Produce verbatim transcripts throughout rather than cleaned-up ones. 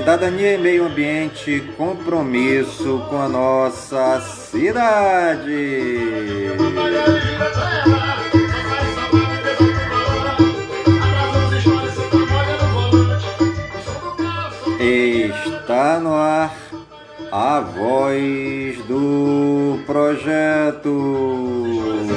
Cidadania e meio ambiente, compromisso com a nossa cidade. Está no ar a voz do projeto.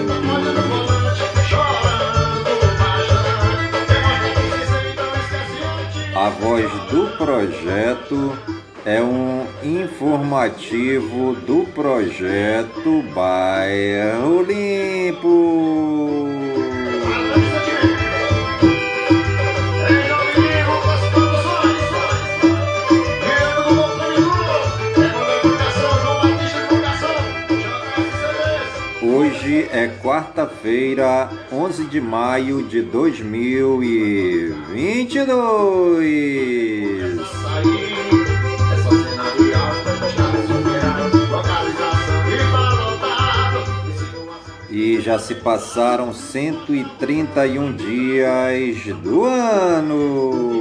A voz do projeto é um informativo do projeto Bairro Limpo. Hoje é quarta-feira, onze de maio de dois mil e vinte e dois. E já se passaram cento e trinta e um dias do ano.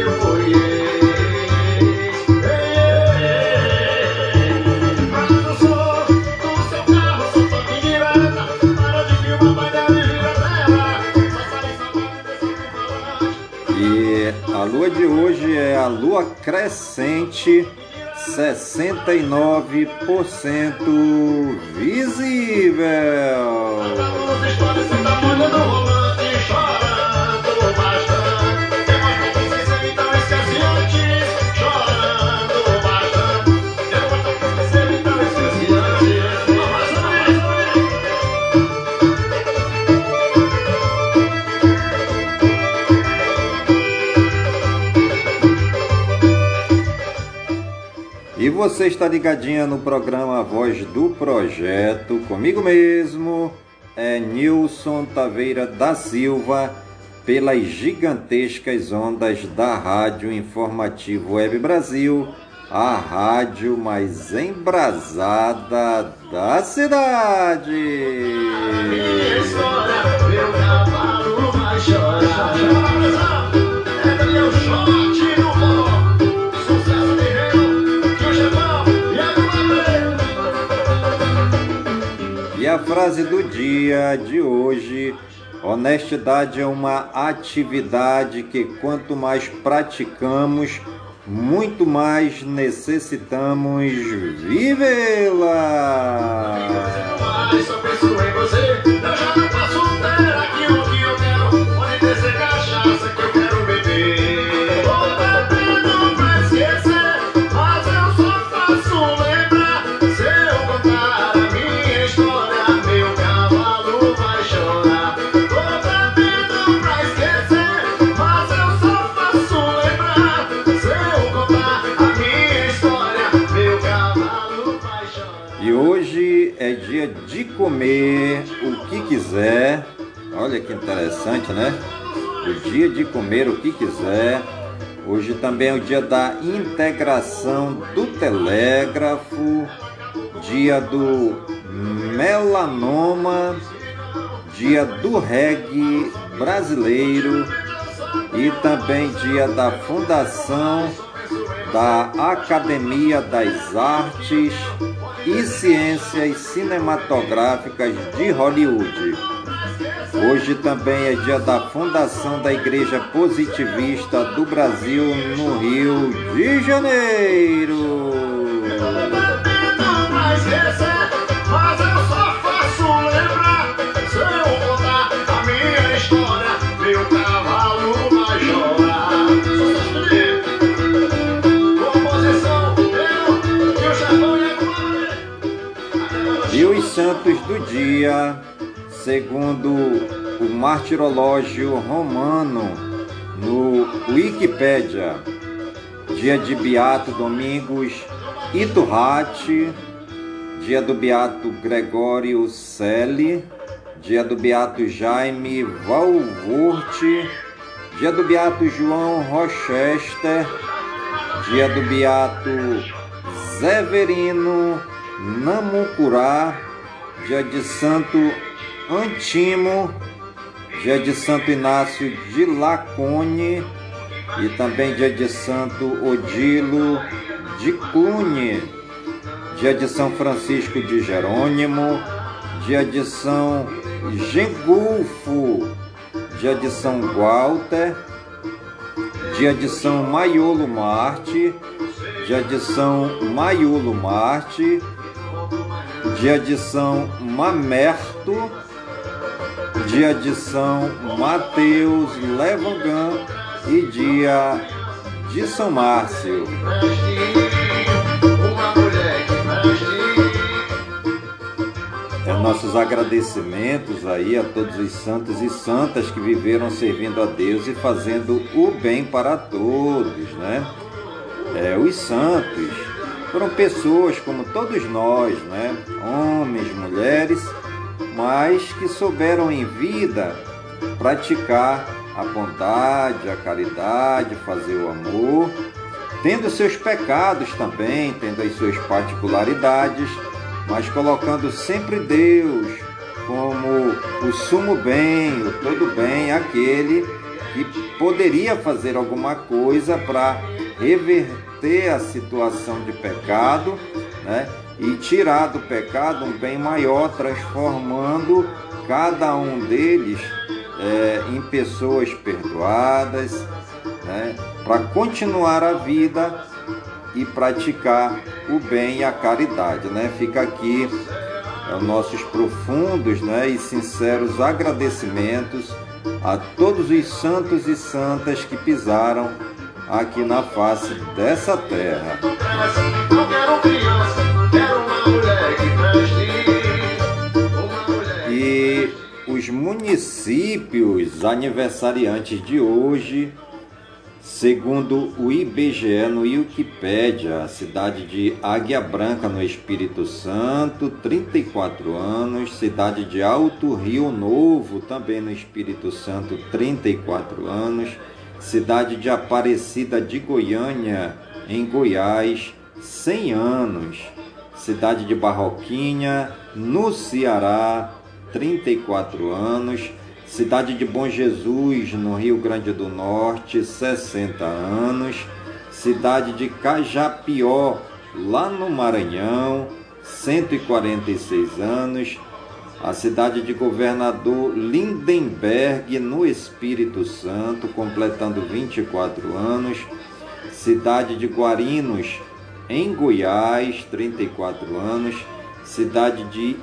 A lua de hoje é a lua crescente, sessenta e nove por cento visível. E você está ligadinha no programa Voz do Projeto, comigo mesmo, é Nilson Taveira da Silva, pelas gigantescas ondas da Rádio Informativo Web Brasil, a rádio mais embrasada da cidade. Minha história, meu cavalo vai chorar. É meu short no forró. E a frase do dia de hoje: honestidade é uma atividade que quanto mais praticamos, muito mais necessitamos vivê-la. Só penso em você, eu já não posso ter aquilo que eu quero. Pode ter ser cachaça que eu quero beber. Vou bebendo pra esquecer, mas eu só faço lembrar. Se eu contar a minha história, meu cavalo vai chorar. Vou bebendo pra esquecer, mas eu só faço lembrar. Se eu contar a minha história, meu cavalo vai chorar. E hoje é dia de comer o que quiser. Olha que interessante, né? O dia de comer o que quiser. Hoje também é o dia da integração do telégrafo, dia do melanoma, dia do reggae brasileiro e também dia da fundação da Academia das Artes e Ciências Cinematográficas de Hollywood. Hoje também é dia da fundação da Igreja Positivista do Brasil no Rio de Janeiro. Mas eu só faço lembrar. Se eu contar a minha história, meu cavalo vai chorar. Composição, eu e o chefão e a comadre. E os santos do dia, segundo o martirológio romano no Wikipédia: dia de Beato Domingos Iturrate, dia do Beato Gregório Celli, dia do Beato Jaime Valvorte, dia do Beato João Rochester, dia do Beato Severino Namucurá, dia de Santo Antimo, dia de Santo Inácio de Lacone, E também dia de Santo Odilo de Cluny, dia de São Francisco de Jerônimo, dia de São Gengulfo, dia de São Walter, dia de São Maiolo Marte, dia de São Maiolo Marte, dia de São Mamerto, dia de São Mateus Levangan e dia de São Márcio. É nossos agradecimentos aí a todos os santos e santas que viveram servindo a Deus e fazendo o bem para todos, né? É, os santos foram pessoas como todos nós, né? Homens, mulheres, mas que souberam em vida praticar a bondade, a caridade, fazer o amor, tendo seus pecados também, tendo as suas particularidades, mas colocando sempre Deus como o sumo bem, o todo bem, aquele que poderia fazer alguma coisa para reverter a situação de pecado, né? E tirar do pecado um bem maior, transformando cada um deles é, em pessoas perdoadas, né? Para continuar a vida e praticar o bem e a caridade, né? Fica aqui é, nossos profundos, né, e sinceros agradecimentos a todos os santos e santas que pisaram aqui na face dessa terra. E os municípios aniversariantes de hoje, segundo o I B G E no Wikipédia, a cidade de Águia Branca, no Espírito Santo, trinta e quatro anos. Cidade de Alto Rio Novo, também no Espírito Santo, trinta e quatro anos. Cidade de Aparecida de Goiânia, em Goiás, cem anos. Cidade de Barroquinha, no Ceará, trinta e quatro anos. Cidade de Bom Jesus, no Rio Grande do Norte, sessenta anos. Cidade de Cajapió, lá no Maranhão, cento e quarenta e seis anos. A cidade de Governador Lindenberg, no Espírito Santo, completando vinte e quatro anos. Cidade de Guarinos, em Goiás, trinta e quatro anos. Cidade de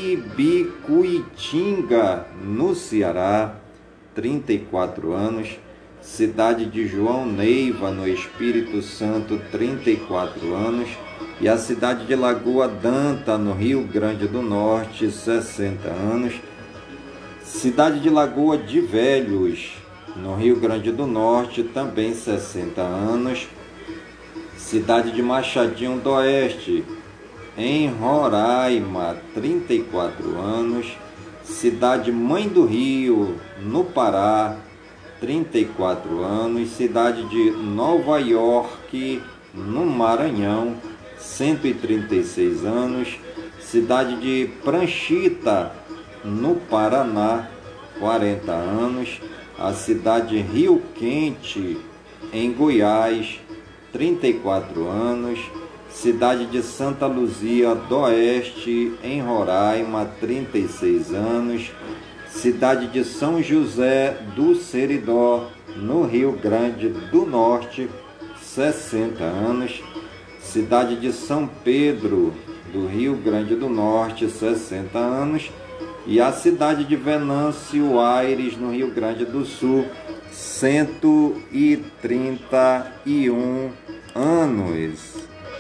Ibicuitinga, no Ceará, trinta e quatro anos. Cidade de João Neiva, no Espírito Santo, trinta e quatro anos. E a cidade de Lagoa d'Anta, no Rio Grande do Norte, sessenta anos. Cidade de Lagoa de Velhos, no Rio Grande do Norte, também sessenta anos. Cidade de Machadinho do Oeste, em Roraima, trinta e quatro anos. Cidade Mãe do Rio, no Pará, trinta e quatro anos. Cidade de Nova York, no Maranhão, cento e trinta e seis anos. Cidade de Pranchita, no Paraná, quarenta anos. A cidade de Rio Quente, em Goiás, trinta e quatro anos. Cidade de Santa Luzia do Oeste, em Roraima, trinta e seis anos. Cidade de São José do Seridó, no Rio Grande do Norte, sessenta anos. Cidade de São Pedro, do Rio Grande do Norte, sessenta anos. E a cidade de Venâncio Aires, no Rio Grande do Sul, cento e trinta e um anos.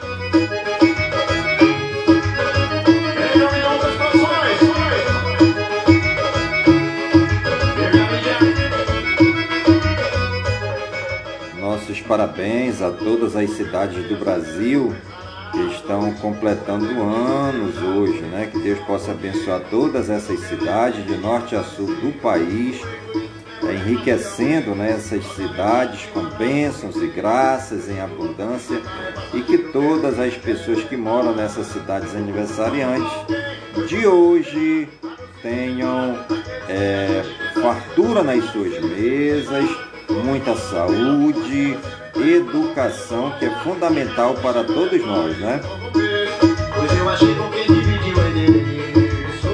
Nossos parabéns a todas as cidades do Brasil que estão completando anos hoje, né? Que Deus possa abençoar todas essas cidades de norte a sul do país, enriquecendo, né, essas cidades com bênçãos e graças em abundância, e que todas as pessoas que moram nessas cidades aniversariantes de hoje tenham é, fartura nas suas mesas, muita saúde, educação, que é fundamental para todos nós, né? Hoje eu achei com quem dividiu o endereço.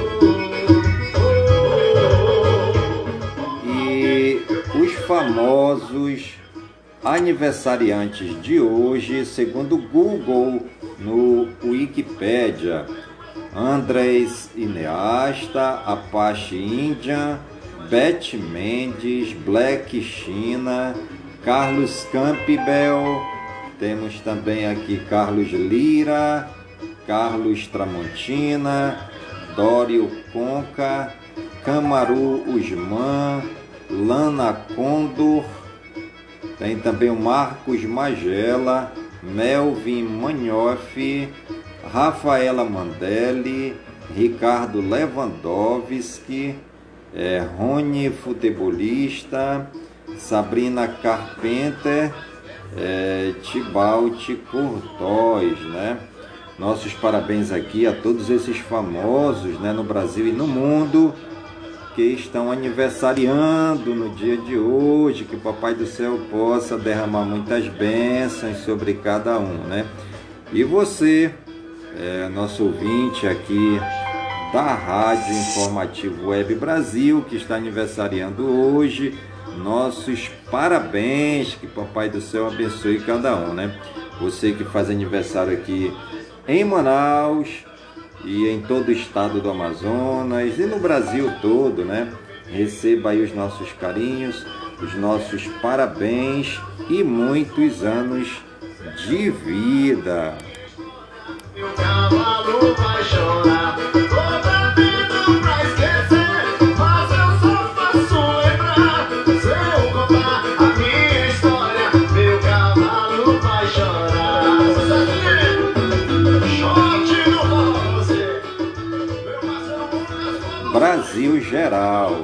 E os famosos aniversariantes de hoje, segundo o Google, no Wikipedia: Andrés Iniesta, Apache Indian, Beth Mendes, Black China, Carlos Campbell, temos também aqui Carlos Lira, Carlos Tramontina, Dório Conca, Camaru Usman, Lana Condor, tem também o Marcos Magela, Melvin Manhoff, Rafaela Mandelli, Ricardo Lewandowski, é, Rony Futebolista, Sabrina Carpenter, é, Tibalt Courtois, né? Nossos parabéns aqui a todos esses famosos, né, no Brasil e no mundo, que estão aniversariando no dia de hoje. Que o Papai do Céu possa derramar muitas bênçãos sobre cada um, né? E você, é, nosso ouvinte aqui da Rádio Informativo Web Brasil, que está aniversariando hoje, nossos parabéns, que Papai do Céu abençoe cada um, né? Você que faz aniversário aqui em Manaus e em todo o estado do Amazonas e no Brasil todo, né? Receba aí os nossos carinhos, os nossos parabéns e muitos anos de vida. Meu cavalo vai chorar, toda vida pra esquecer, mas eu só faço lembrar. Se eu contar a minha história, meu cavalo vai chorar. Short no você, meu parceiro. Brasil Geral.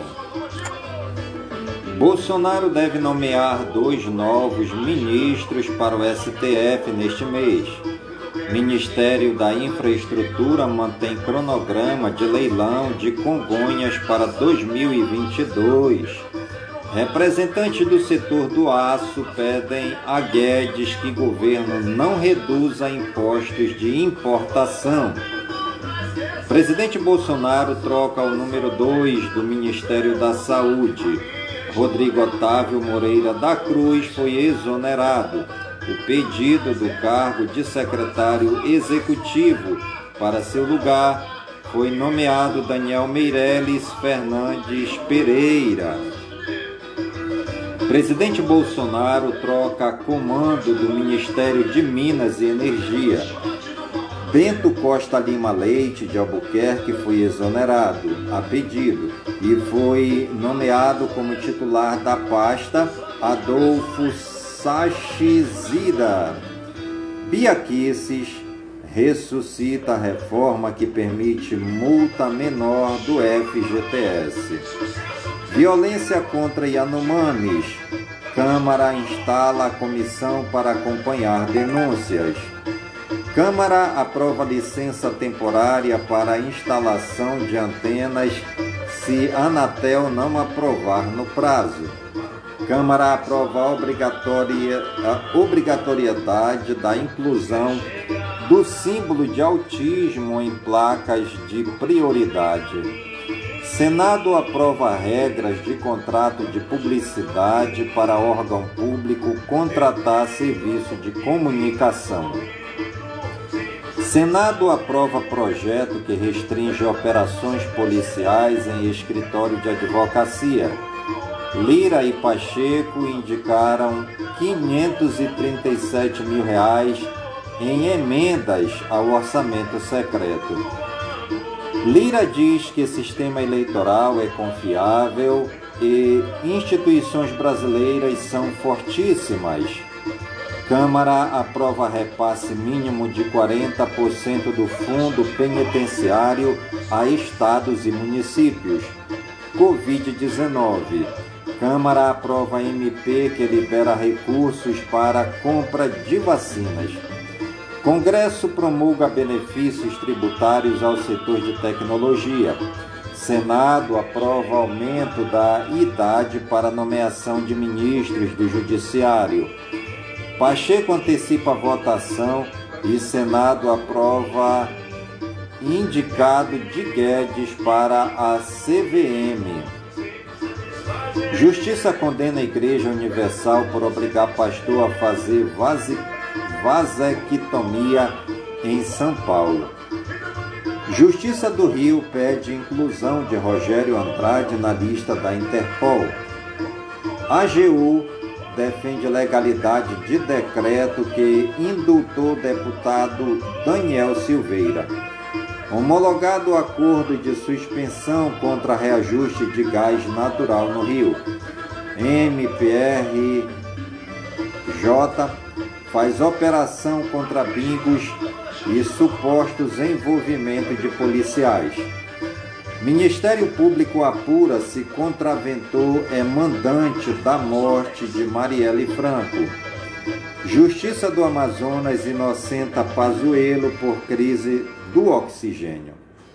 Bolsonaro deve nomear dois novos ministros para o S T F neste mês. Ministério da Infraestrutura mantém cronograma de leilão de Congonhas para dois mil e vinte e dois. Representantes do setor do aço pedem a Guedes que governo não reduza impostos de importação. Presidente Bolsonaro troca o número dois do Ministério da Saúde. Rodrigo Otávio Moreira da Cruz foi exonerado. O pedido do cargo de secretário executivo para seu lugar foi nomeado Daniel Meirelles Fernandes Pereira. Presidente Bolsonaro troca comando do Ministério de Minas e Energia. Bento Costa Lima Leite de Albuquerque foi exonerado a pedido e foi nomeado como titular da pasta Adolfo Sachizida. Bia Kicis ressuscita a reforma que permite multa menor do F G T S. Violência contra Yanomamis. Câmara instala a comissão para acompanhar denúncias. Câmara aprova licença temporária para a instalação de antenas se a Anatel não aprovar no prazo. Câmara aprova a, obrigatória, a obrigatoriedade da inclusão do símbolo de autismo em placas de prioridade. Senado aprova regras de contrato de publicidade para órgão público contratar serviço de comunicação. Senado aprova projeto que restringe operações policiais em escritório de advocacia. Lira e Pacheco indicaram quinhentos e trinta e sete mil reais em emendas ao orçamento secreto. Lira diz que sistema eleitoral é confiável e instituições brasileiras são fortíssimas. Câmara aprova repasse mínimo de quarenta por cento do fundo penitenciário a estados e municípios. covid dezenove. Câmara aprova M P que libera recursos para a compra de vacinas. Congresso promulga benefícios tributários ao setor de tecnologia. Senado aprova aumento da idade para nomeação de ministros do Judiciário. Pacheco antecipa a votação e Senado aprova indicado de Guedes para a C V M. Justiça condena a Igreja Universal por obrigar pastor a fazer vase, vasectomia em São Paulo. Justiça do Rio pede inclusão de Rogério Andrade na lista da Interpol. A AGU defende legalidade de decreto que indultou o deputado Daniel Silveira. Homologado o acordo de suspensão contra reajuste de gás natural no Rio. M P R J faz operação contra bingos e supostos envolvimentos de policiais. Ministério Público apura se contraventor é mandante da morte de Marielle Franco. Justiça do Amazonas inocenta Pazuello por crise do oxigênio.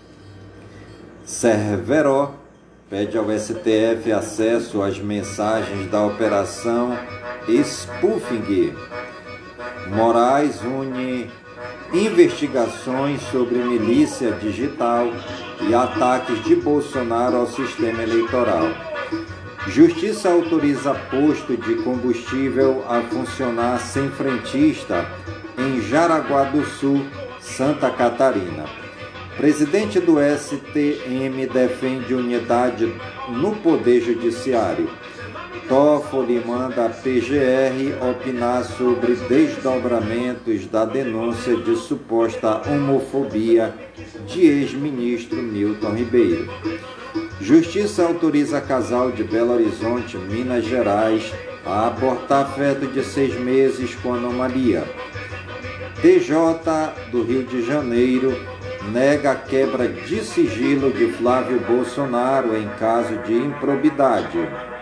Cerveró pede ao S T F acesso às mensagens da Operação Spoofing. Moraes une investigações sobre milícia digital e ataques de Bolsonaro ao sistema eleitoral. Justiça autoriza posto de combustível a funcionar sem frentista em Jaraguá do Sul, Santa Catarina. Presidente do S T M defende unidade no Poder Judiciário. Toffoli manda a P G R opinar sobre desdobramentos da denúncia de suposta homofobia de ex-ministro Milton Ribeiro. Justiça autoriza casal de Belo Horizonte, Minas Gerais, a abortar feto de seis meses com anomalia. T J do Rio de Janeiro nega a quebra de sigilo de Flávio Bolsonaro em caso de improbidade.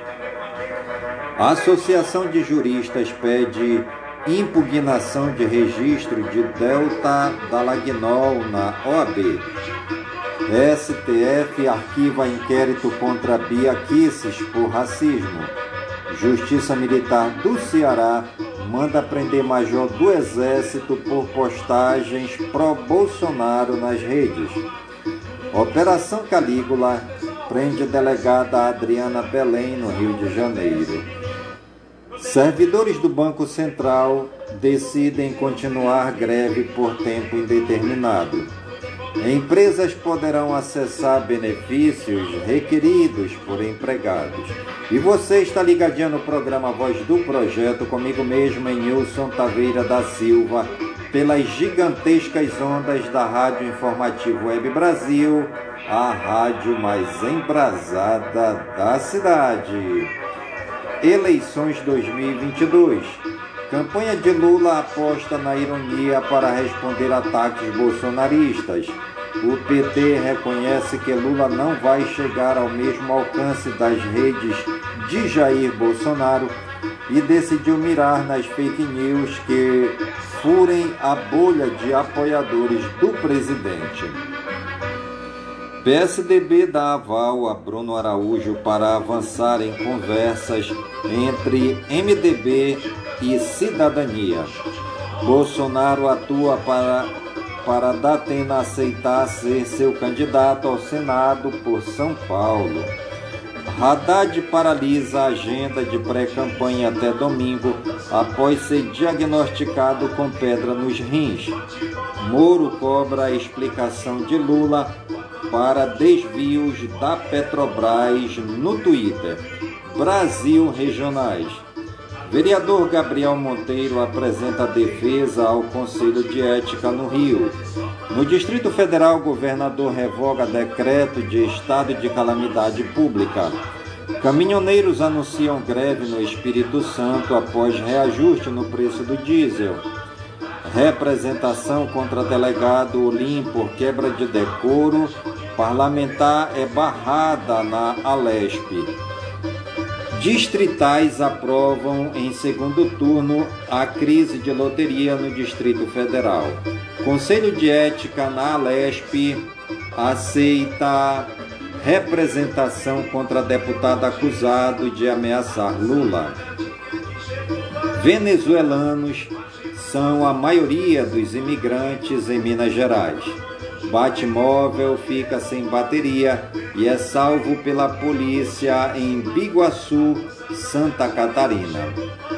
A Associação de Juristas pede impugnação de registro de Delta Dallagnol na O A B. S T F arquiva inquérito contra Bia Kicis por racismo. Justiça Militar do Ceará manda prender major do Exército por postagens pró-Bolsonaro nas redes. Operação Calígula prende delegada Adriana Belém, no Rio de Janeiro. Servidores do Banco Central decidem continuar greve por tempo indeterminado. Empresas poderão acessar benefícios requeridos por empregados. E você está ligadinho no programa Voz do Projeto, comigo mesmo, em Nilson Taveira da Silva, pelas gigantescas ondas da Rádio Informativo Web Brasil, a rádio mais embrasada da cidade. Eleições dois mil e vinte e dois. Campanha de Lula aposta na ironia para responder ataques bolsonaristas. O P T reconhece que Lula não vai chegar ao mesmo alcance das redes de Jair Bolsonaro e decidiu mirar nas fake news que furem a bolha de apoiadores do presidente. P S D B dá aval a Bruno Araújo para avançar em conversas entre M D B e Cidadania. Bolsonaro atua para, para Datena aceitar ser seu candidato ao Senado por São Paulo. Haddad paralisa a agenda de pré-campanha até domingo após ser diagnosticado com pedra nos rins. Moro cobra a explicação de Lula para desvios da Petrobras no Twitter. Brasil Regionais. Vereador Gabriel Monteiro apresenta defesa ao Conselho de Ética no Rio. No Distrito Federal, o governador revoga decreto de estado de calamidade pública. Caminhoneiros anunciam greve no Espírito Santo após reajuste no preço do diesel. Representação contra delegado Olim por quebra de decoro parlamentar é barrada na Alesp. Distritais aprovam em segundo turno a crise de loteria no Distrito Federal. Conselho de Ética na Alesp aceita representação contra deputado acusado de ameaçar Lula. Venezuelanos são a maioria dos imigrantes em Minas Gerais. Batmóvel fica sem bateria e é salvo pela polícia em Biguaçu, Santa Catarina.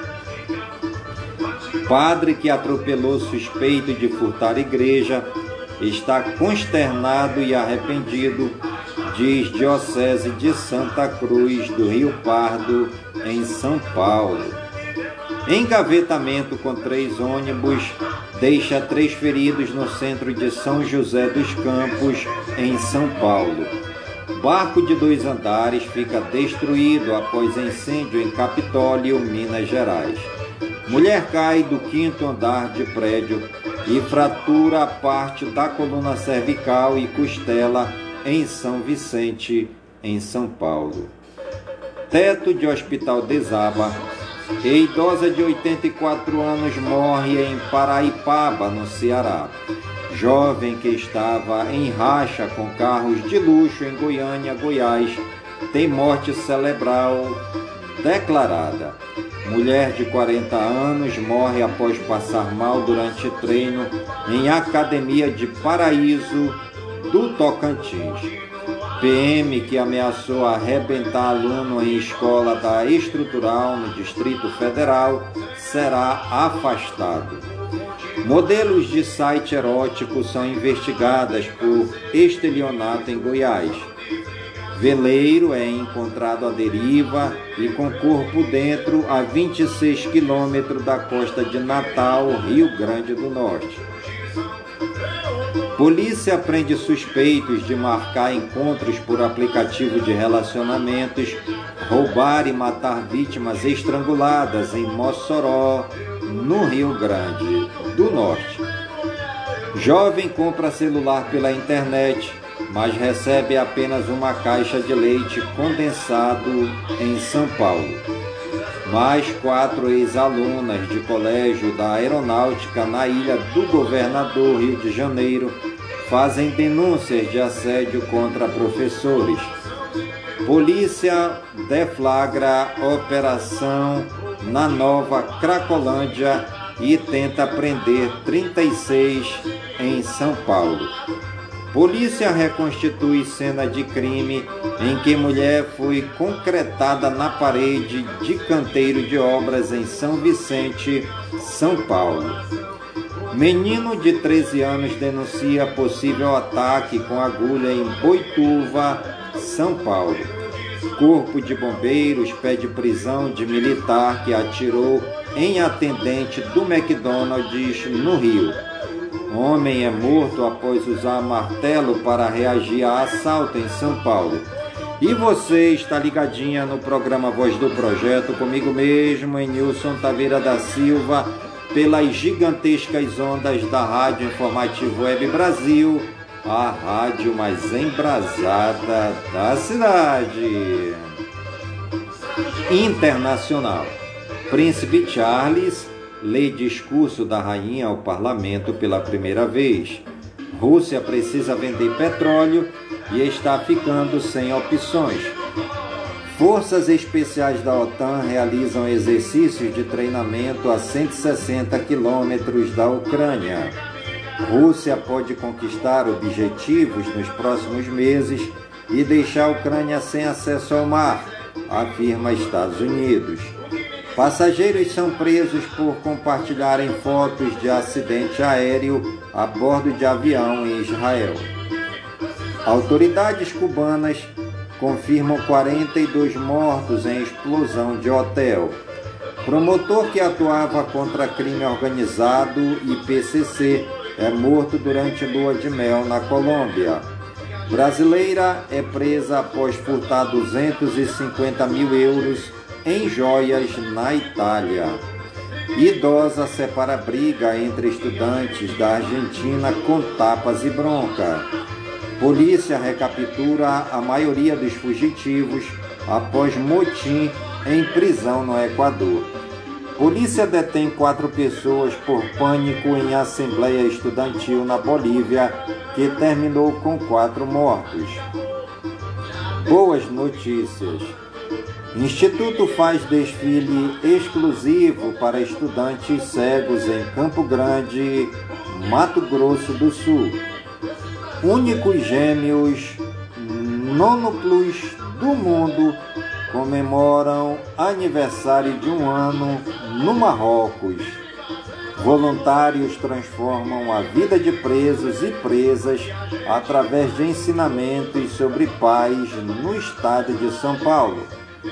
Padre que atropelou suspeito de furtar igreja está consternado e arrependido, diz Diocese de Santa Cruz do Rio Pardo, em São Paulo. Engavetamento com três ônibus deixa três feridos no centro de São José dos Campos, em São Paulo. Barco de dois andares fica destruído após incêndio em Capitólio, Minas Gerais. Mulher cai do quinto andar de prédio e fratura a parte da coluna cervical e costela em São Vicente, em São Paulo. Teto de hospital desaba e idosa de oitenta e quatro anos morre em Paraipaba, no Ceará. Jovem que estava em racha com carros de luxo em Goiânia, Goiás, tem morte cerebral declarada. Mulher de quarenta anos morre após passar mal durante treino em academia de Paraíso do Tocantins. P M que ameaçou arrebentar aluno em escola da Estrutural no Distrito Federal será afastado. Modelos de site erótico são investigadas por estelionato em Goiás. Veleiro é encontrado à deriva e com corpo dentro a vinte e seis quilômetros da costa de Natal, Rio Grande do Norte. Polícia prende suspeitos de marcar encontros por aplicativo de relacionamentos, roubar e matar vítimas estranguladas em Mossoró, no Rio Grande do Norte. Jovem compra celular pela internet, mas recebe apenas uma caixa de leite condensado em São Paulo. Mais quatro ex-alunas de colégio da Aeronáutica na Ilha do Governador, Rio de Janeiro, fazem denúncias de assédio contra professores. Polícia deflagra operação na Nova Cracolândia e tenta prender trinta e seis em São Paulo. Polícia reconstitui cena de crime em que mulher foi concretada na parede de canteiro de obras em São Vicente, São Paulo. Menino de treze anos denuncia possível ataque com agulha em Boituva, São Paulo. Corpo de Bombeiros pede prisão de militar que atirou em atendente do McDonald's no Rio. Homem é morto após usar martelo para reagir a assalto em São Paulo. E você está ligadinha no programa Voz do Projeto, comigo mesmo, em Nilson Taveira da Silva, pelas gigantescas ondas da Rádio Informativo Web Brasil, a rádio mais embrasada da cidade. Internacional. Príncipe Charles lê discurso da rainha ao parlamento pela primeira vez. Rússia precisa vender petróleo e está ficando sem opções. Forças especiais da OTAN realizam exercícios de treinamento a cento e sessenta quilômetros da Ucrânia. Rússia pode conquistar objetivos nos próximos meses e deixar a Ucrânia sem acesso ao mar, afirma Estados Unidos. Passageiros são presos por compartilharem fotos de acidente aéreo a bordo de avião em Israel. Autoridades cubanas confirmam quarenta e dois mortos em explosão de hotel. Promotor que atuava contra crime organizado e P C C é morto durante lua de mel na Colômbia. Brasileira é presa após furtar duzentos e cinquenta mil euros em joias na Itália. Idosa separa briga entre estudantes da Argentina com tapas e bronca. Polícia recaptura a maioria dos fugitivos após motim em prisão no Equador. Polícia detém quatro pessoas por pânico em assembleia estudantil na Bolívia, que terminou com quatro mortos. Boas notícias. Instituto faz desfile exclusivo para estudantes cegos em Campo Grande, Mato Grosso do Sul. Únicos gêmeos nonuplos do mundo comemoram aniversário de um ano no Marrocos. Voluntários transformam a vida de presos e presas através de ensinamentos sobre paz no estado de São Paulo.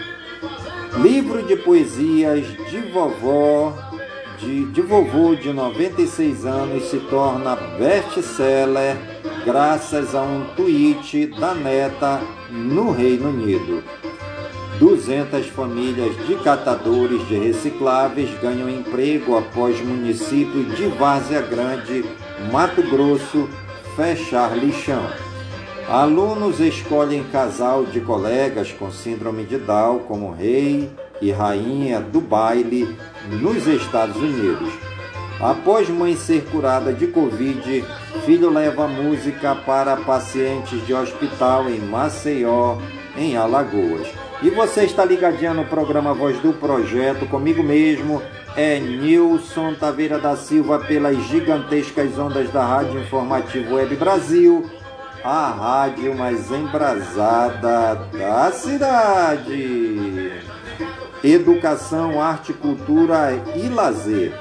Livro de poesias de vovó, de, de vovô de noventa e seis anos se torna best-seller graças a um tweet da neta no Reino Unido. duzentas famílias de catadores de recicláveis ganham emprego após município de Várzea Grande, Mato Grosso, fechar lixão. Alunos escolhem casal de colegas com síndrome de Down como rei e rainha do baile nos Estados Unidos. Após mãe ser curada de Covid, filho leva música para pacientes de hospital em Maceió, em Alagoas. E você está ligadinha no programa Voz do Projeto, comigo mesmo, é Nilson Taveira da Silva, pelas gigantescas ondas da Rádio Informativo Web Brasil, a rádio mais embrasada da cidade. Educação, arte, cultura e lazer.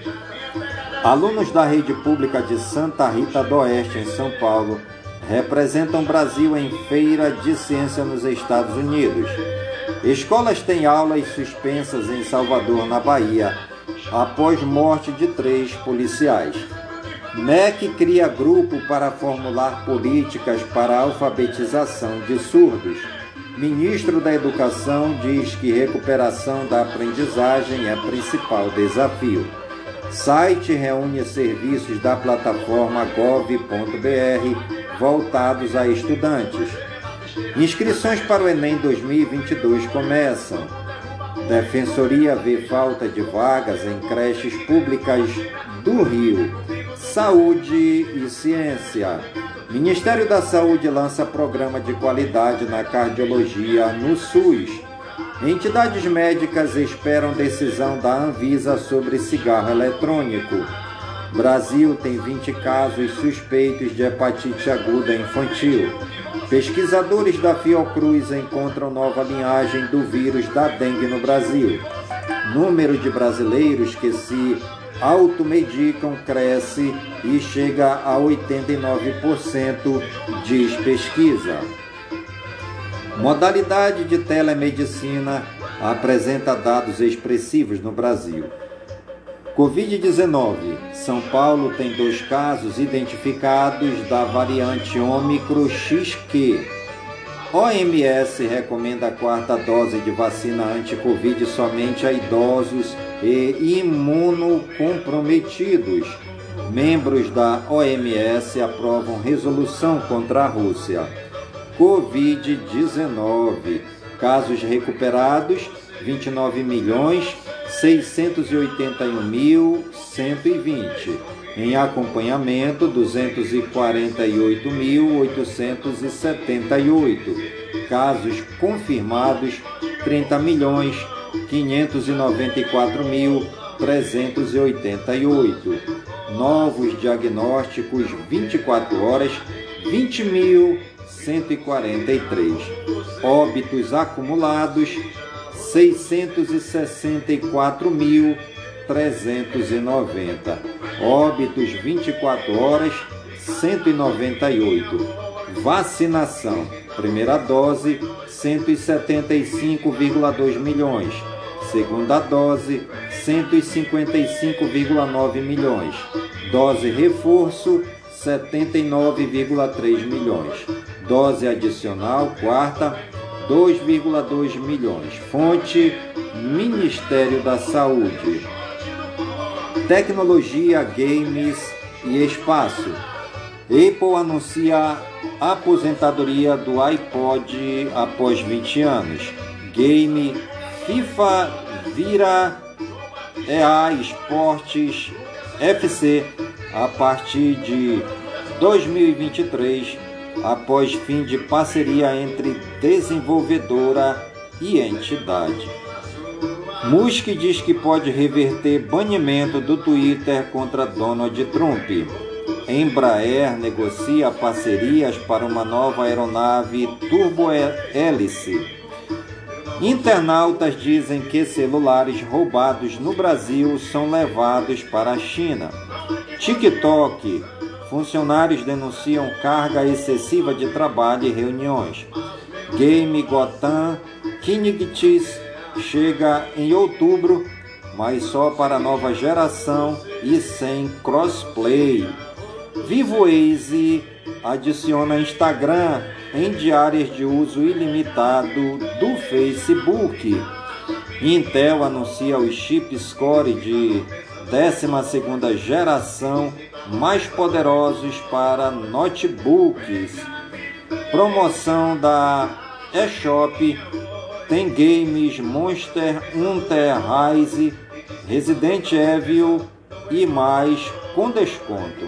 Alunos da rede pública de Santa Rita do Oeste, em São Paulo, representam o Brasil em feira de ciência nos Estados Unidos. Escolas têm aulas suspensas em Salvador, na Bahia, após morte de três policiais. M E C cria grupo para formular políticas para a alfabetização de surdos. Ministro da Educação diz que recuperação da aprendizagem é principal desafio. Site reúne serviços da plataforma gov ponto br voltados a estudantes. Inscrições para o Enem dois mil e vinte e dois começam. Defensoria vê falta de vagas em creches públicas do Rio. Saúde e ciência. Ministério da Saúde lança programa de qualidade na cardiologia no SUS. Entidades médicas esperam decisão da Anvisa sobre cigarro eletrônico. Brasil tem vinte casos suspeitos de hepatite aguda infantil. Pesquisadores da Fiocruz encontram nova linhagem do vírus da dengue no Brasil. Número de brasileiros que se automedicam cresce e chega a oitenta e nove por cento, diz pesquisa. Modalidade de telemedicina apresenta dados expressivos no Brasil. covid dezenove. São Paulo tem dois casos identificados da variante Ômicron X Q. O M S recomenda a quarta dose de vacina anti-Covid somente a idosos e imunocomprometidos. Membros da O M S aprovam resolução contra a Rússia. covid dezenove. Casos recuperados, vinte e nove milhões seiscentos e oitenta e um mil cento e vinte. Em acompanhamento, duzentos e quarenta e oito mil oitocentos e setenta e oito. Casos confirmados, trinta milhões quinhentos e noventa e quatro mil trezentos e oitenta e oito. Novos diagnósticos, vinte e quatro horas, vinte mil cento e quarenta e três. Óbitos acumulados, seiscentos e sessenta e quatro mil trezentos e noventa. Óbitos vinte e quatro horas, cento e noventa e oito. Vacinação. Primeira dose, cento e setenta e cinco vírgula dois milhões. Segunda dose, cento e cinquenta e cinco vírgula nove milhões. Dose reforço, setenta e nove vírgula três milhões. Dose adicional, quarta, dois vírgula dois milhões. Fonte, Ministério da Saúde. Tecnologia, games e espaço. Apple anuncia a aposentadoria do iPod após vinte anos. Game, FIFA vira E A Esportes F C a partir de dois mil e vinte e três após fim de parceria entre desenvolvedora e entidade. Musk diz que pode reverter banimento do Twitter contra Donald Trump. Embraer negocia parcerias para uma nova aeronave turbo-hélice. Internautas dizem que celulares roubados no Brasil são levados para a China. TikTok. Funcionários denunciam carga excessiva de trabalho e reuniões. Game Gotham Knights chega em outubro, mas só para a nova geração e sem crossplay. Vivo Waze adiciona Instagram em diárias de uso ilimitado do Facebook. Intel anuncia os chips Core de décima segunda geração mais poderosos para notebooks. Promoção da eShop tem games Monster Hunter Rise, Resident Evil e mais com desconto.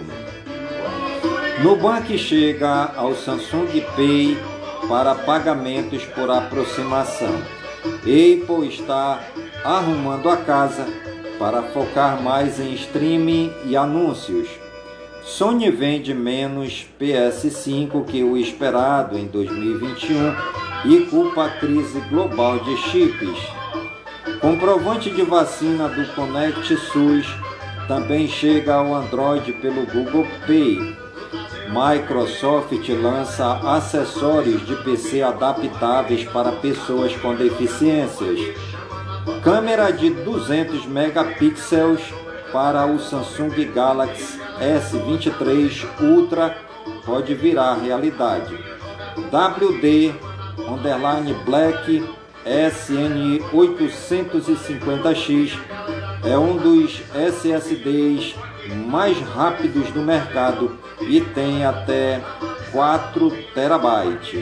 Nubank chega ao Samsung Pay para pagamentos por aproximação. Apple está arrumando a casa para focar mais em streaming e anúncios. Sony vende menos P S cinco que o esperado em dois mil e vinte e um e culpa a crise global de chips. Comprovante de vacina do Conect SUS também chega ao Android pelo Google Pay. Microsoft lança acessórios de P C adaptáveis para pessoas com deficiências. Câmera de duzentos megapixels para o Samsung Galaxy S vinte e três Ultra pode virar realidade. W D underline Black S N oitocentos e cinquenta X é um dos S S Ds mais rápidos do mercado e tem até quatro terabytes.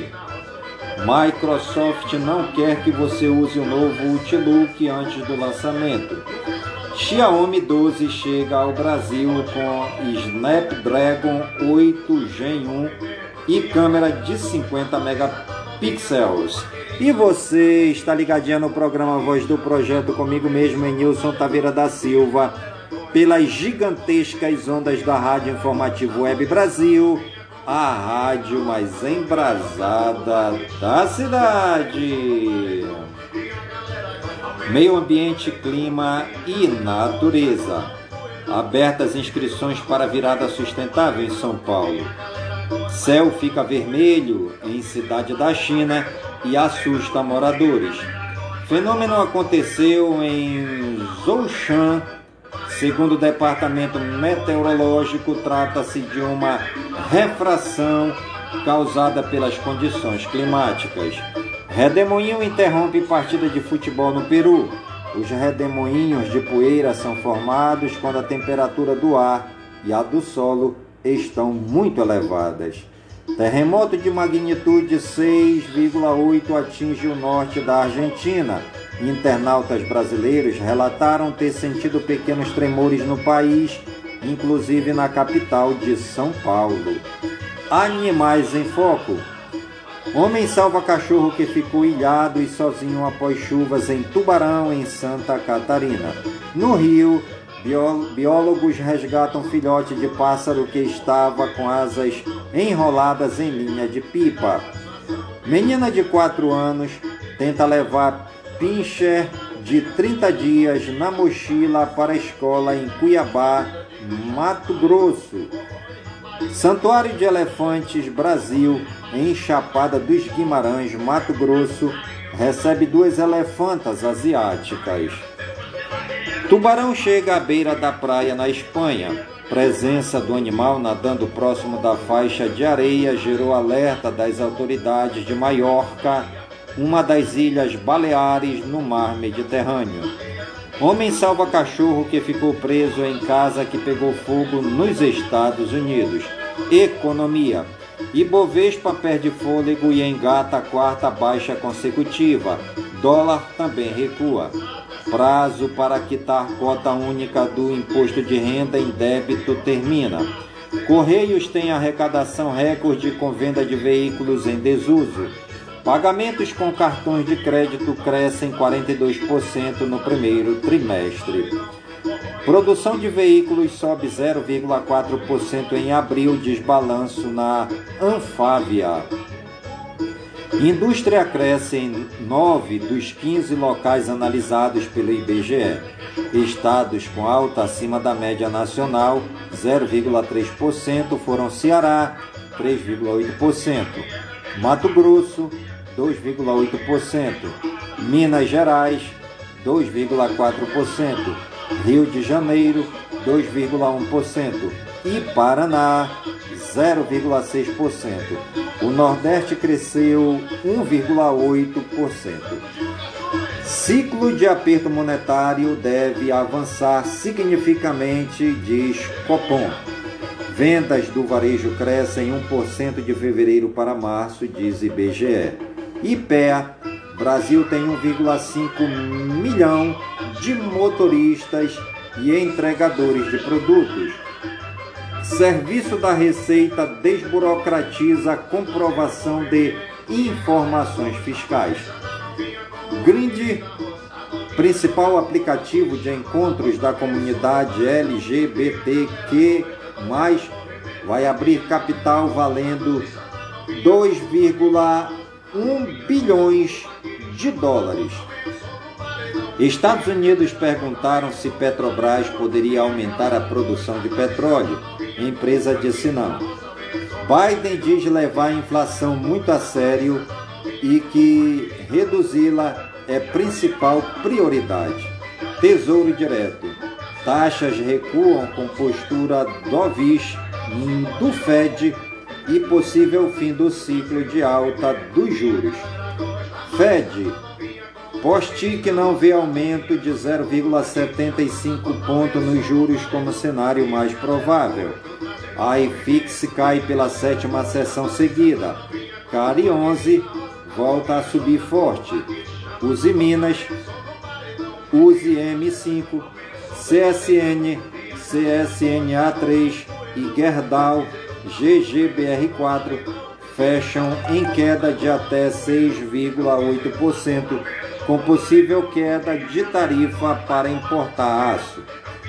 Microsoft não quer que você use o novo Outlook antes do lançamento. Xiaomi doze chega ao Brasil com Snapdragon oito Gen um e câmera de cinquenta megapixels. E você está ligadinha no programa Voz do Projeto comigo mesmo, Enilson Taveira da Silva, pelas gigantescas ondas da Rádio Informativo Web Brasil, a rádio mais embrasada da cidade. Meio ambiente, clima e natureza. Abertas inscrições para virada sustentável em São Paulo. Céu fica vermelho em cidade da China e assusta moradores. Fenômeno aconteceu em Zhoushan. Segundo o departamento meteorológico, trata-se de uma refração causada pelas condições climáticas. Redemoinho interrompe partida de futebol no Peru. Os redemoinhos de poeira são formados quando a temperatura do ar e a do solo estão muito elevadas. Terremoto de magnitude seis vírgula oito atinge o norte da Argentina. Internautas brasileiros relataram ter sentido pequenos tremores no país, inclusive na capital de São Paulo. Animais em foco. Homem salva cachorro que ficou ilhado e sozinho após chuvas em Tubarão, em Santa Catarina. No Rio, biólogos resgatam filhote de pássaro que estava com asas enroladas em linha de pipa. Menina de quatro anos tenta levar pincher de trinta dias na mochila para a escola em Cuiabá, Mato Grosso. Santuário de Elefantes Brasil, em Chapada dos Guimarães, Mato Grosso, recebe duas elefantas asiáticas. Tubarão chega à beira da praia na Espanha. Presença do animal nadando próximo da faixa de areia gerou alerta das autoridades de Maiorca, uma das ilhas Baleares no mar Mediterrâneo. Homem salva cachorro que ficou preso em casa que pegou fogo nos Estados Unidos. Economia. Ibovespa perde fôlego e engata a quarta baixa consecutiva. Dólar também recua. Prazo para quitar cota única do imposto de renda em débito termina. Correios tem arrecadação recorde com venda de veículos em desuso. Pagamentos com cartões de crédito crescem quarenta e dois por cento no primeiro trimestre. Produção de veículos sobe zero vírgula quatro por cento em abril, diz balanço na Anfávia. Indústria cresce em nove dos quinze locais analisados pelo I B G E. Estados com alta acima da média nacional, zero vírgula três por cento, foram Ceará, três vírgula oito por cento, Mato Grosso, dois vírgula oito por cento, Minas Gerais, dois vírgula quatro por cento, Rio de Janeiro, dois vírgula um por cento e Paraná, zero vírgula seis por cento. O Nordeste cresceu um vírgula oito por cento. Ciclo de aperto monetário deve avançar significativamente, diz Copom. Vendas do varejo crescem um por cento de fevereiro para março, diz I B G E. I P E A, Brasil tem um vírgula cinco milhão de motoristas e entregadores de produtos. Serviço da Receita desburocratiza a comprovação de informações fiscais. Grind, principal aplicativo de encontros da comunidade L G B T Q mais, vai abrir capital valendo dois vírgula um bilhões de dólares. Estados Unidos perguntaram se Petrobras poderia aumentar a produção de petróleo. Empresa disse não. Biden diz levar a inflação muito a sério e que reduzi-la é principal prioridade. Tesouro Direto. Taxas recuam com postura dovish do Fed e possível fim do ciclo de alta dos juros. Fed. Post-it não vê aumento de zero vírgula setenta e cinco ponto nos juros como cenário mais provável. A I F I X cai pela sétima sessão seguida. C A R onze volta a subir forte. Use Minas, Use M cinco, C S N, C S N A três e Gerdau G G B R quatro fecham em queda de até seis vírgula oito por cento, com possível queda de tarifa para importar aço.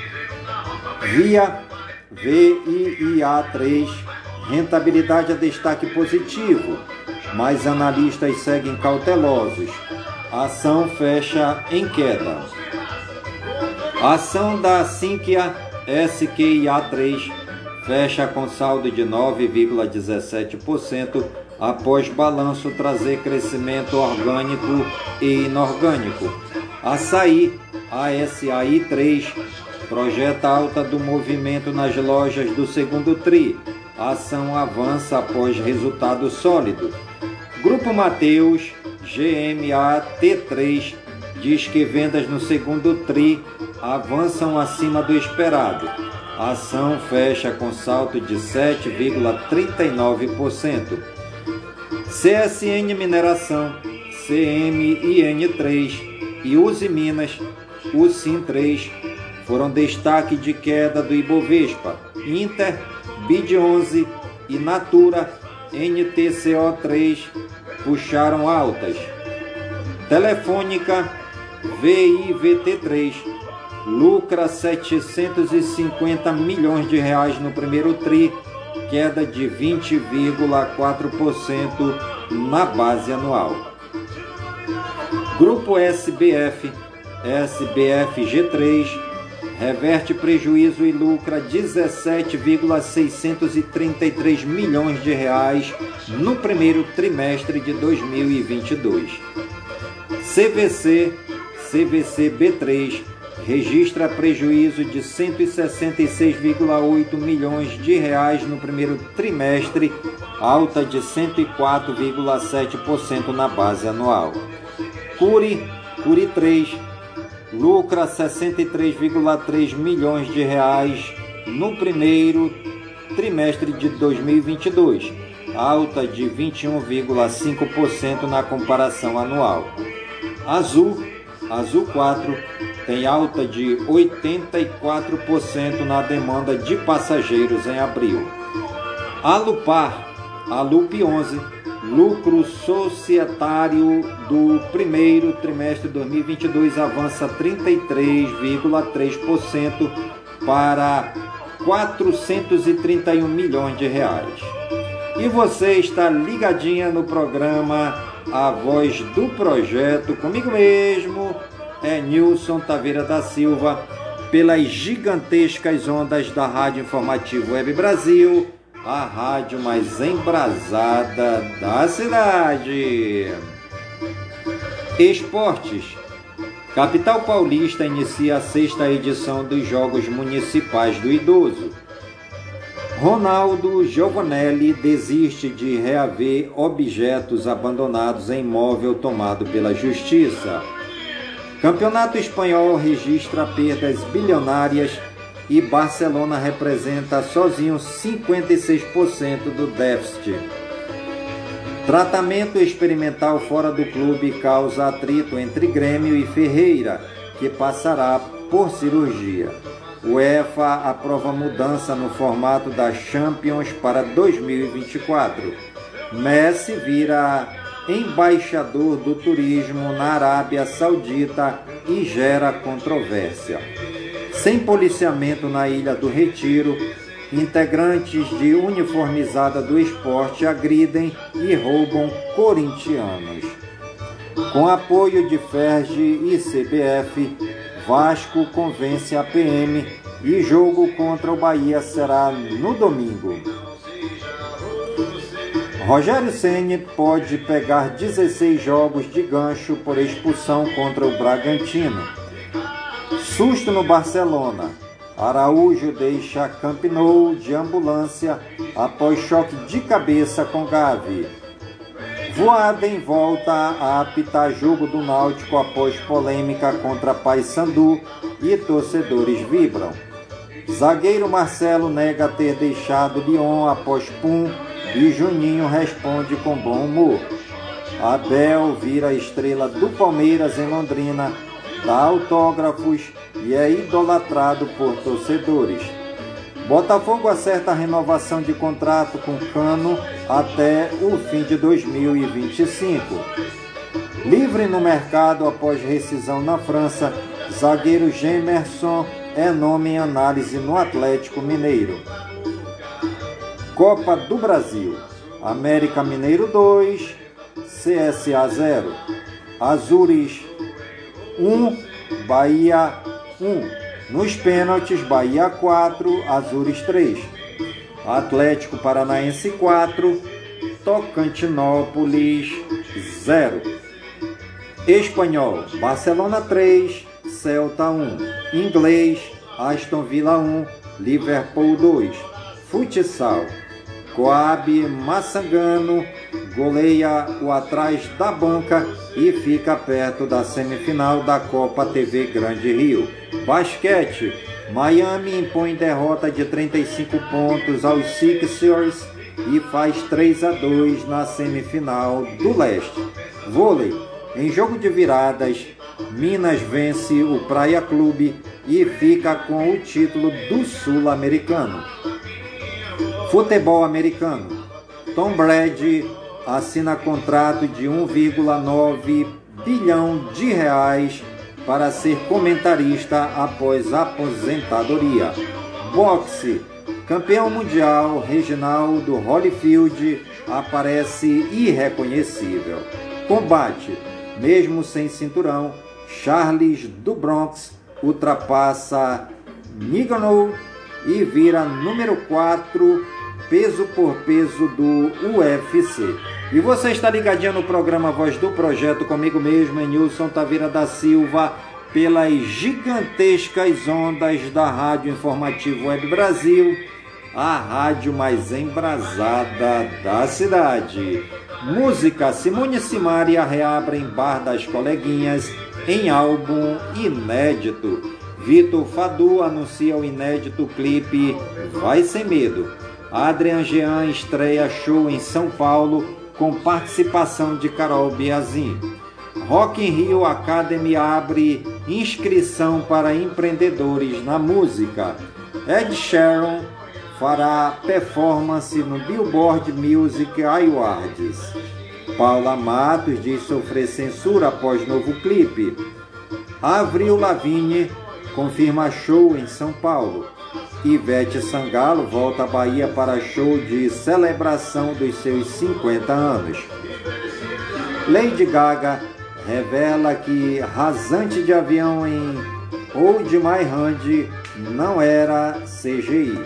Via V I I A três, rentabilidade a destaque positivo, mas analistas seguem cautelosos. A ação fecha em queda. A ação da Sinqia S Q I A três fecha com saldo de nove vírgula dezessete por cento após balanço trazer crescimento orgânico e inorgânico. Açaí, A S A I três, projeta alta do movimento nas lojas do segundo tri. A ação avança após resultado sólido. Grupo Mateus, G M A T três, diz que vendas no segundo tri avançam acima do esperado. A ação fecha com salto de sete vírgula trinta e nove por cento. C S N Mineração, C M I N três e Use Minas, U S I M três foram destaque de queda do Ibovespa. Inter, B I D onze e Natura, N T C O três puxaram altas. Telefônica, V I V T três lucra setecentos e cinquenta milhões de reais no primeiro tri, queda de vinte vírgula quatro por cento na base anual. Grupo S B F, S B F G três, reverte prejuízo e lucra dezessete vírgula seiscentos e trinta e três milhões de reais no primeiro trimestre de dois mil e vinte e dois. C V C, C V C B três, registra prejuízo de cento e sessenta e seis vírgula oito milhões de reais no primeiro trimestre, alta de cento e quatro vírgula sete por cento na base anual. Cury, Cury três, lucra sessenta e três vírgula três milhões de reais no primeiro trimestre de dois mil e vinte e dois, alta de vinte e um vírgula cinco por cento na comparação anual. Azul, Azul quatro, tem alta de oitenta e quatro por cento na demanda de passageiros em abril. Alupar, Alup onze, lucro societário do primeiro trimestre de dois mil e vinte e dois avança trinta e três vírgula três por cento para quatrocentos e trinta e um milhões de reais. E você está ligadinha no programa A Voz do Projeto, comigo mesmo, é Nilson Taveira da Silva, pelas gigantescas ondas da Rádio Informativo Web Brasil, a rádio mais embrasada da cidade. Esportes. Capital Paulista inicia a sexta edição dos Jogos Municipais do Idoso. Ronaldo Giovanelli desiste de reaver objetos abandonados em imóvel tomado pela Justiça. Campeonato Espanhol registra perdas bilionárias e Barcelona representa sozinho cinquenta e seis por cento do déficit. Tratamento experimental fora do clube causa atrito entre Grêmio e Ferreira, que passará por cirurgia. UEFA aprova mudança no formato da Champions para dois mil e vinte e quatro. Messi vira embaixador do turismo na Arábia Saudita e gera controvérsia. Sem policiamento na Ilha do Retiro, integrantes de uniformizada do esporte agridem e roubam corintianos. Com apoio de Ferge e C B F, Vasco convence a P M e jogo contra o Bahia será no domingo. Rogério Ceni pode pegar dezesseis jogos de gancho por expulsão contra o Bragantino. Susto no Barcelona. Araújo deixa Camp Nou de ambulância após choque de cabeça com Gavi. Voaden volta a apitar jogo do Náutico após polêmica contra Paysandu e torcedores vibram. Zagueiro Marcelo nega ter deixado Lyon após pum e Juninho responde com bom humor. Abel vira estrela do Palmeiras em Londrina, dá autógrafos e é idolatrado por torcedores. Botafogo acerta a renovação de contrato com Cano até o fim de dois mil e vinte e cinco. Livre no mercado após rescisão na França, zagueiro Gemerson é nome em análise no Atlético Mineiro. Copa do Brasil. América Mineiro dois, C S A zero. Azures um, Bahia um. Nos pênaltis, Bahia quatro, Azures três. Atlético Paranaense quatro, Tocantinópolis zero. Espanhol, Barcelona três, Celta um. Inglês, Aston Villa um, Liverpool dois. Futsal, Coab Massangano goleia o atrás da banca e fica perto da semifinal da Copa T V Grande Rio. Basquete, Miami impõe derrota de trinta e cinco pontos aos Sixers e faz três a dois na semifinal do Leste. Vôlei, em jogo de viradas, Minas vence o Praia Clube e fica com o título do Sul-Americano. Futebol americano, Tom Brady assina contrato de um vírgula nove bilhão de reais para ser comentarista após aposentadoria. Boxe, campeão mundial Reginaldo Holyfield aparece irreconhecível. Combate, mesmo sem cinturão, Charles do Bronx ultrapassa Ngannou e vira número quatro peso por peso do U F C. E você está ligadinho no programa Voz do Projeto, comigo mesmo, Nilson Taveira da Silva, pelas gigantescas ondas da Rádio Informativo Web Brasil, a rádio mais embrasada da cidade. Música, Simone e Simaria reabrem Bar das Coleguinhas em álbum inédito. Vitor Fadu anuncia o inédito clipe Vai Sem Medo. Adrian Jean estreia show em São Paulo com participação de Carol Biazin. Rock in Rio Academy abre inscrição para empreendedores na música. Ed Sheeran fará performance no Billboard Music Awards. Paula Matos diz sofrer censura após novo clipe. Avril Lavigne confirma show em São Paulo. Ivete Sangalo volta à Bahia para show de celebração dos seus cinquenta anos. Lady Gaga revela que rasante de avião em Hold My Hand não era C G I.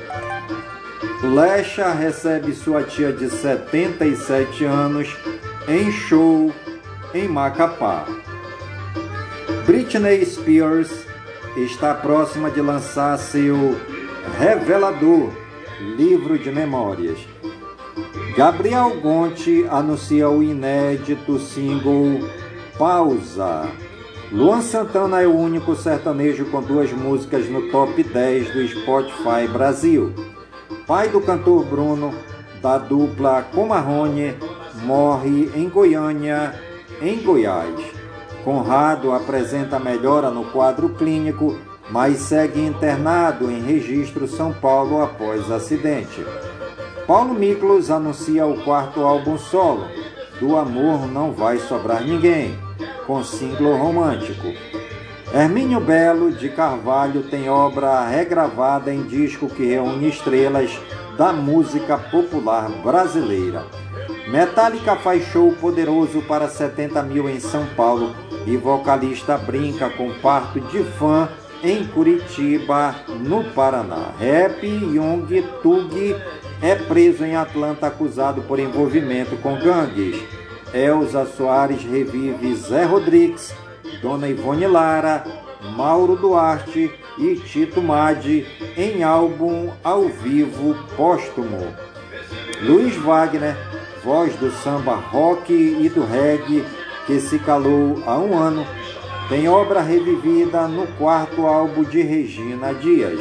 Lesha recebe sua tia de setenta e sete anos em show em Macapá. Britney Spears está próxima de lançar seu revelador livro de memórias. Gabriel Gonti anuncia o inédito single Pausa. Luan Santana é o único sertanejo com duas músicas no top dez do Spotify Brasil. Pai do cantor Bruno, da dupla Comarrone, morre em Goiânia, em Goiás. Conrado apresenta melhora no quadro clínico, mas segue internado em Registro São Paulo após acidente. Paulo Miklos anuncia o quarto álbum solo, Do Amor Não Vai Sobrar Ninguém, com single romântico. Hermínio Belo de Carvalho tem obra regravada em disco que reúne estrelas da música popular brasileira. Metallica faz show poderoso para setenta mil em São Paulo e vocalista brinca com parto de fã em Curitiba, no Paraná. Rap Young Thug é preso em Atlanta acusado por envolvimento com gangues. Elza Soares revive Zé Rodrigues, Dona Ivone Lara, Mauro Duarte e Tito Madi em álbum ao vivo póstumo. Luiz Wagner, voz do samba rock e do reggae que se calou há um ano, tem obra revivida no quarto álbum de Regina Dias.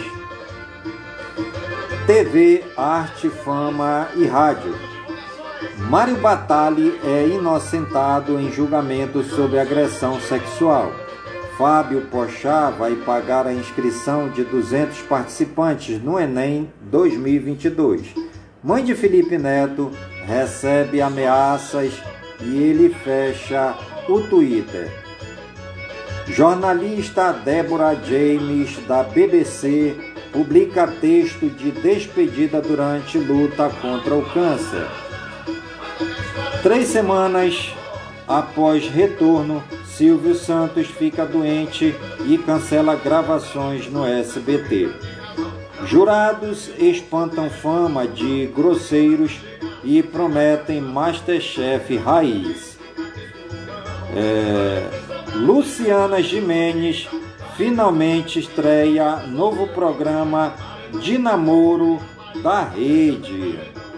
T V, arte, fama e rádio. Mário Batali é inocentado em julgamento sobre agressão sexual. Fábio Pochá vai pagar a inscrição de duzentos participantes no Enem dois mil e vinte e dois. Mãe de Felipe Neto recebe ameaças e ele fecha o Twitter. Jornalista Débora James, da B B C, publica texto de despedida durante luta contra o câncer. Três semanas após retorno, Silvio Santos fica doente e cancela gravações no S B T. Jurados espantam fama de grosseiros e prometem Masterchef raiz. É, Luciana Gimenez finalmente estreia novo programa de namoro da Rede.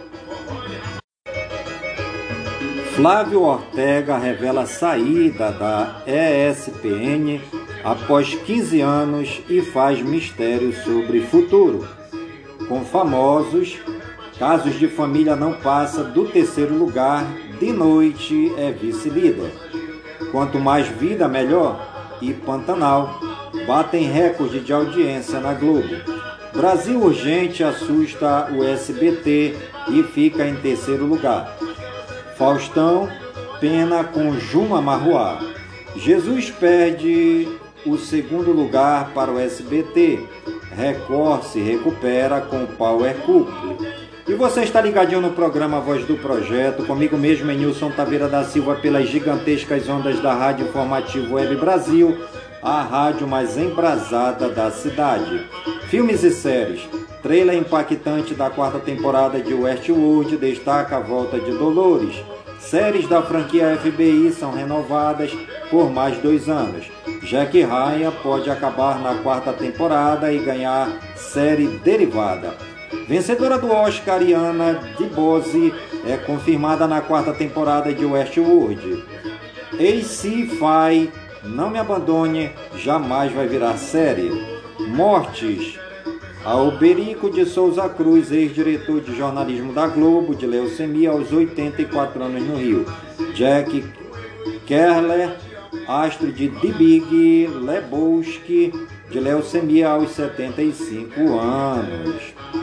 Flávio Ortega revela saída da E S P N após quinze anos e faz mistério sobre futuro. Com famosos, Casos de Família não passa do terceiro lugar, de noite é vice-líder. Quanto Mais Vida, Melhor e Pantanal batem recorde de audiência na Globo. Brasil Urgente assusta o S B T e fica em terceiro lugar. Faustão pena com Juma Marruá. Jesus perde o segundo lugar para o S B T. Record se recupera com Power Couple. E você está ligadinho no programa Voz do Projeto, comigo mesmo, Enilson Taveira da Silva, pelas gigantescas ondas da Rádio Informativo Web Brasil, a rádio mais embrasada da cidade. Filmes e séries. Trailer impactante da quarta temporada de Westworld destaca a volta de Dolores. Séries da franquia F B I são renovadas por mais dois anos. Jack Ryan pode acabar na quarta temporada e ganhar série derivada. Vencedora do Oscar, Ariana DeBose é confirmada na quarta temporada de Westworld. A C F I, Não Me Abandone, jamais vai virar série. Mortes. Alberico de Souza Cruz, ex-diretor de jornalismo da Globo, de leucemia aos oitenta e quatro anos no Rio. Jack Keller astro de Dibig Lebowski, de leucemia aos setenta e cinco anos.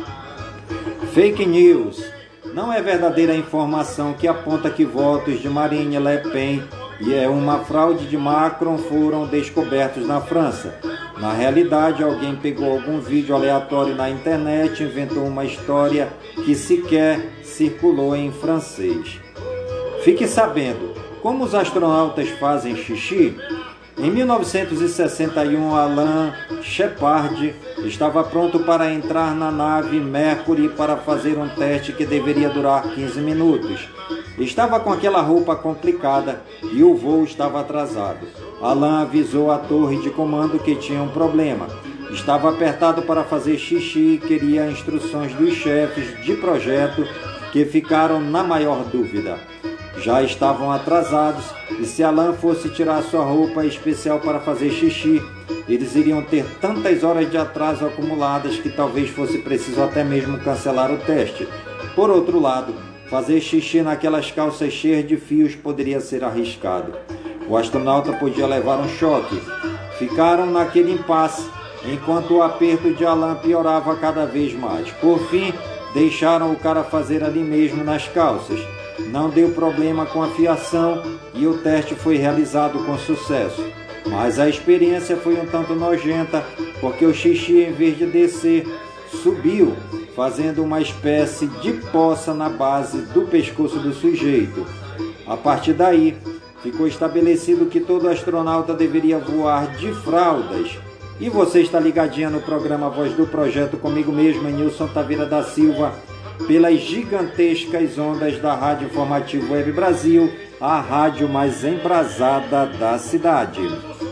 Fake news. Não é verdadeira a informação que aponta que votos de Marine Le Pen e é uma fraude de Macron foram descobertos na França. Na realidade, alguém pegou algum vídeo aleatório na internet e inventou uma história que sequer circulou em francês. Fique sabendo, como os astronautas fazem xixi? Em mil novecentos e sessenta e um, Alan Shepard estava pronto para entrar na nave Mercury para fazer um teste que deveria durar quinze minutos. Estava com aquela roupa complicada e o voo estava atrasado. Alan avisou a torre de comando que tinha um problema. Estava apertado para fazer xixi e queria instruções dos chefes de projeto, que ficaram na maior dúvida. Já estavam atrasados e se Alan fosse tirar sua roupa especial para fazer xixi, eles iriam ter tantas horas de atraso acumuladas que talvez fosse preciso até mesmo cancelar o teste. Por outro lado, fazer xixi naquelas calças cheias de fios poderia ser arriscado. O astronauta podia levar um choque. Ficaram naquele impasse, enquanto o aperto de Alan piorava cada vez mais. Por fim, deixaram o cara fazer ali mesmo nas calças. Não deu problema com a fiação e o teste foi realizado com sucesso. Mas a experiência foi um tanto nojenta, porque o xixi, em vez de descer, subiu, fazendo uma espécie de poça na base do pescoço do sujeito. A partir daí, ficou estabelecido que todo astronauta deveria voar de fraldas. E você está ligadinha no programa Voz do Projeto comigo mesmo, Nilson Taveira da Silva, pelas gigantescas ondas da Rádio Informativo Web Brasil, a rádio mais embrasada da cidade.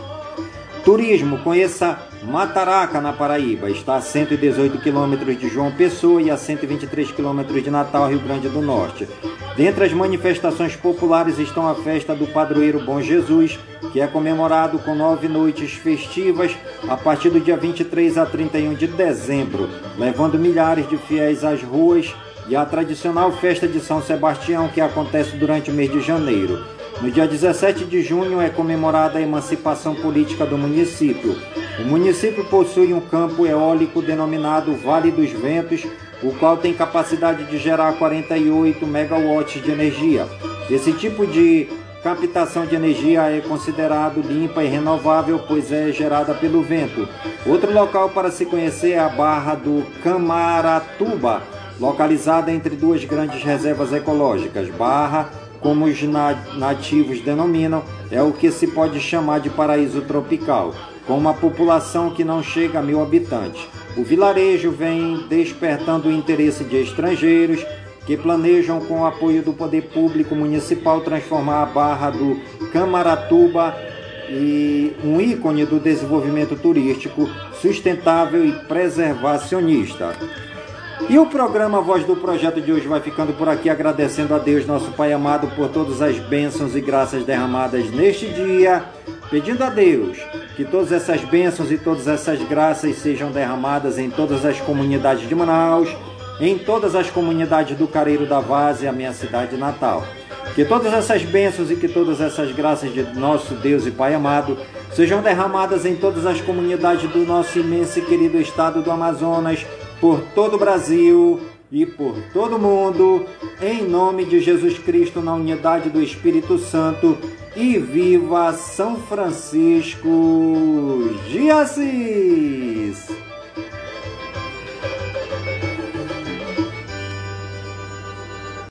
Turismo, conheça Mataraca, na Paraíba. Está a cento e dezoito quilômetros de João Pessoa e a cento e vinte e três quilômetros de Natal, Rio Grande do Norte. Dentre as manifestações populares estão a festa do Padroeiro Bom Jesus, que é comemorado com nove noites festivas a partir do dia vinte e três a trinta e um de dezembro, levando milhares de fiéis às ruas, e a tradicional festa de São Sebastião, que acontece durante o mês de janeiro. No dia dezessete de junho é comemorada a emancipação política do município. O município possui um campo eólico denominado Vale dos Ventos, o qual tem capacidade de gerar quarenta e oito megawatts de energia. Esse tipo de captação de energia é considerado limpa e renovável, pois é gerada pelo vento. Outro local para se conhecer é a Barra do Camaratuba, localizada entre duas grandes reservas ecológicas. Barra, como os nativos denominam, é o que se pode chamar de paraíso tropical, com uma população que não chega a mil habitantes. O vilarejo vem despertando o interesse de estrangeiros que planejam, com o apoio do poder público municipal, transformar a Barra do Camaratuba em um ícone do desenvolvimento turístico sustentável e preservacionista. E o programa Voz do Projeto de hoje vai ficando por aqui, agradecendo a Deus, nosso Pai amado, por todas as bênçãos e graças derramadas neste dia, pedindo a Deus que todas essas bênçãos e todas essas graças sejam derramadas em todas as comunidades de Manaus, em todas as comunidades do Careiro da Várzea, a minha cidade natal. Que todas essas bênçãos e que todas essas graças de nosso Deus e Pai amado sejam derramadas em todas as comunidades do nosso imenso e querido estado do Amazonas, por todo o Brasil e por todo o mundo, em nome de Jesus Cristo, na unidade do Espírito Santo, e viva São Francisco de Assis!